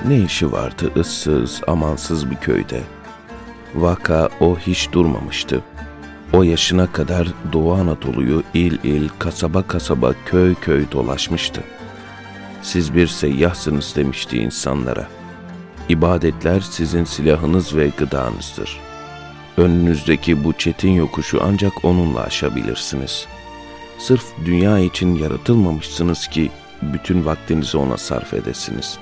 Ne işi vardı ıssız, amansız bir köyde? Vaka o hiç durmamıştı. O yaşına kadar Doğu Anadolu'yu il il, kasaba kasaba, köy köy dolaşmıştı. Siz bir seyyahsınız demişti insanlara. İbadetler sizin silahınız ve gıdanızdır. Önünüzdeki bu çetin yokuşu ancak onunla aşabilirsiniz. Sırf dünya için yaratılmamışsınız ki bütün vaktinizi ona sarf edesiniz.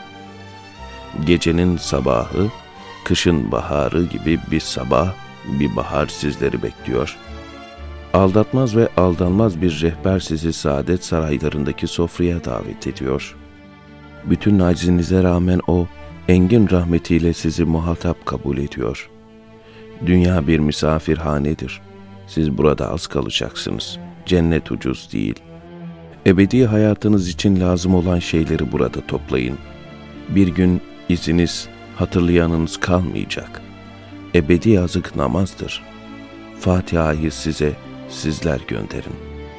Gecenin sabahı, kışın baharı gibi bir sabah, bir bahar sizleri bekliyor. Aldatmaz ve aldanmaz bir rehber sizi saadet saraylarındaki sofraya davet ediyor. Bütün aczinize rağmen o, engin rahmetiyle sizi muhatap kabul ediyor. Dünya bir misafirhanedir. Siz burada az kalacaksınız. Cennet ucuz değil. Ebedi hayatınız için lazım olan şeyleri burada toplayın. Bir gün iziniz, hatırlayanınız kalmayacak. Ebedi yazık namazdır. Fatiha'yı size, sizler gönderin.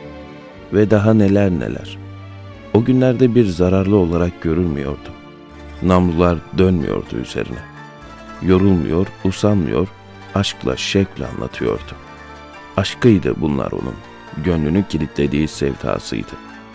Ve daha neler neler. O günlerde bir zararlı olarak görülmüyordu. Namlular dönmüyordu üzerine. Yorulmuyor, usanmıyor, aşkla, şevkle anlatıyordu. Aşkıydı bunlar onun, gönlünü kilitlediği sevdasıydı.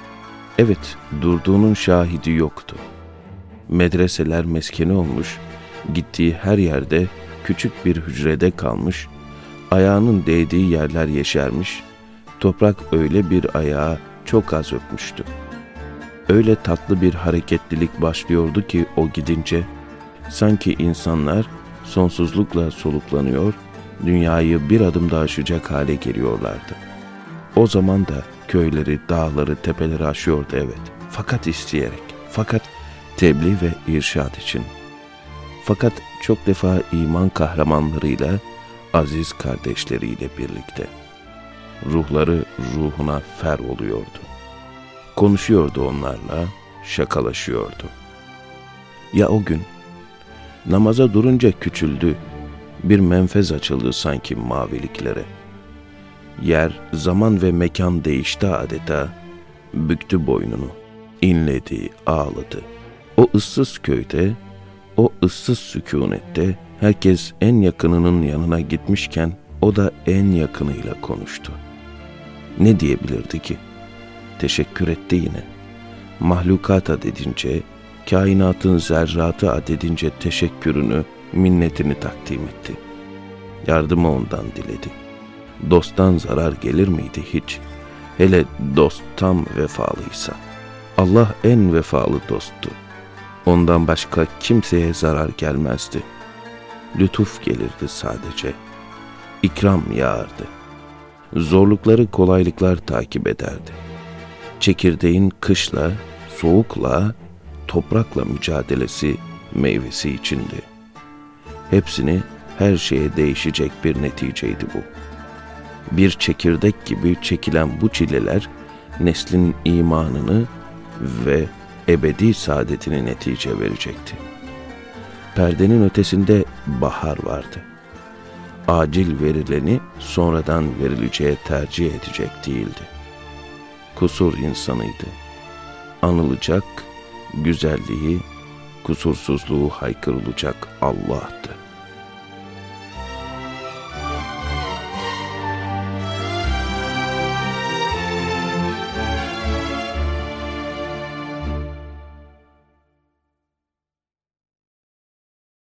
Evet, durduğunun şahidi yoktu. Medreseler meskeni olmuş, gittiği her yerde küçük bir hücrede kalmış, ayağının değdiği yerler yeşermiş, toprak öyle bir ayağı çok az öpmüştü. Öyle tatlı bir hareketlilik başlıyordu ki o gidince, sanki insanlar sonsuzlukla soluklanıyor, dünyayı bir adım daha aşacak hale geliyorlardı. O zaman da köyleri, dağları, tepeleri aşıyordu evet. Fakat isteyerek, fakat tebliğ ve irşad için. Fakat çok defa iman kahramanlarıyla, aziz kardeşleriyle birlikte. Ruhları ruhuna fer oluyordu. Konuşuyordu onlarla, şakalaşıyordu. Ya o gün, namaza durunca küçüldü, bir menfez açıldı sanki maviliklere. Yer, zaman ve mekan değişti adeta, büktü boynunu, inledi, ağladı. O ıssız köyde, o ıssız sükunette herkes en yakınının yanına gitmişken o da en yakınıyla konuştu. Ne diyebilirdi ki? Teşekkür etti yine. Mahlukat adedince, kainatın zerratı adedince teşekkürünü, minnetini takdim etti. Yardımı ondan diledi. Dosttan zarar gelir miydi hiç? Hele dost tam vefalıysa. Allah en vefalı dosttu. Ondan başka kimseye zarar gelmezdi. Lütuf gelirdi sadece. İkram yağardı. Zorlukları kolaylıklar takip ederdi. Çekirdeğin kışla, soğukla, toprakla mücadelesi meyvesi içindi. Hepsini her şeye değişecek bir neticeydi bu. Bir çekirdek gibi çekilen bu çileler neslin imanını ve ebedi saadetini netice verecekti. Perdenin ötesinde bahar vardı. Acil verileni sonradan verileceğe tercih edecek değildi. Kusur insanıydı. Anılacak, güzelliği, kusursuzluğu haykırılacak Allah'tı.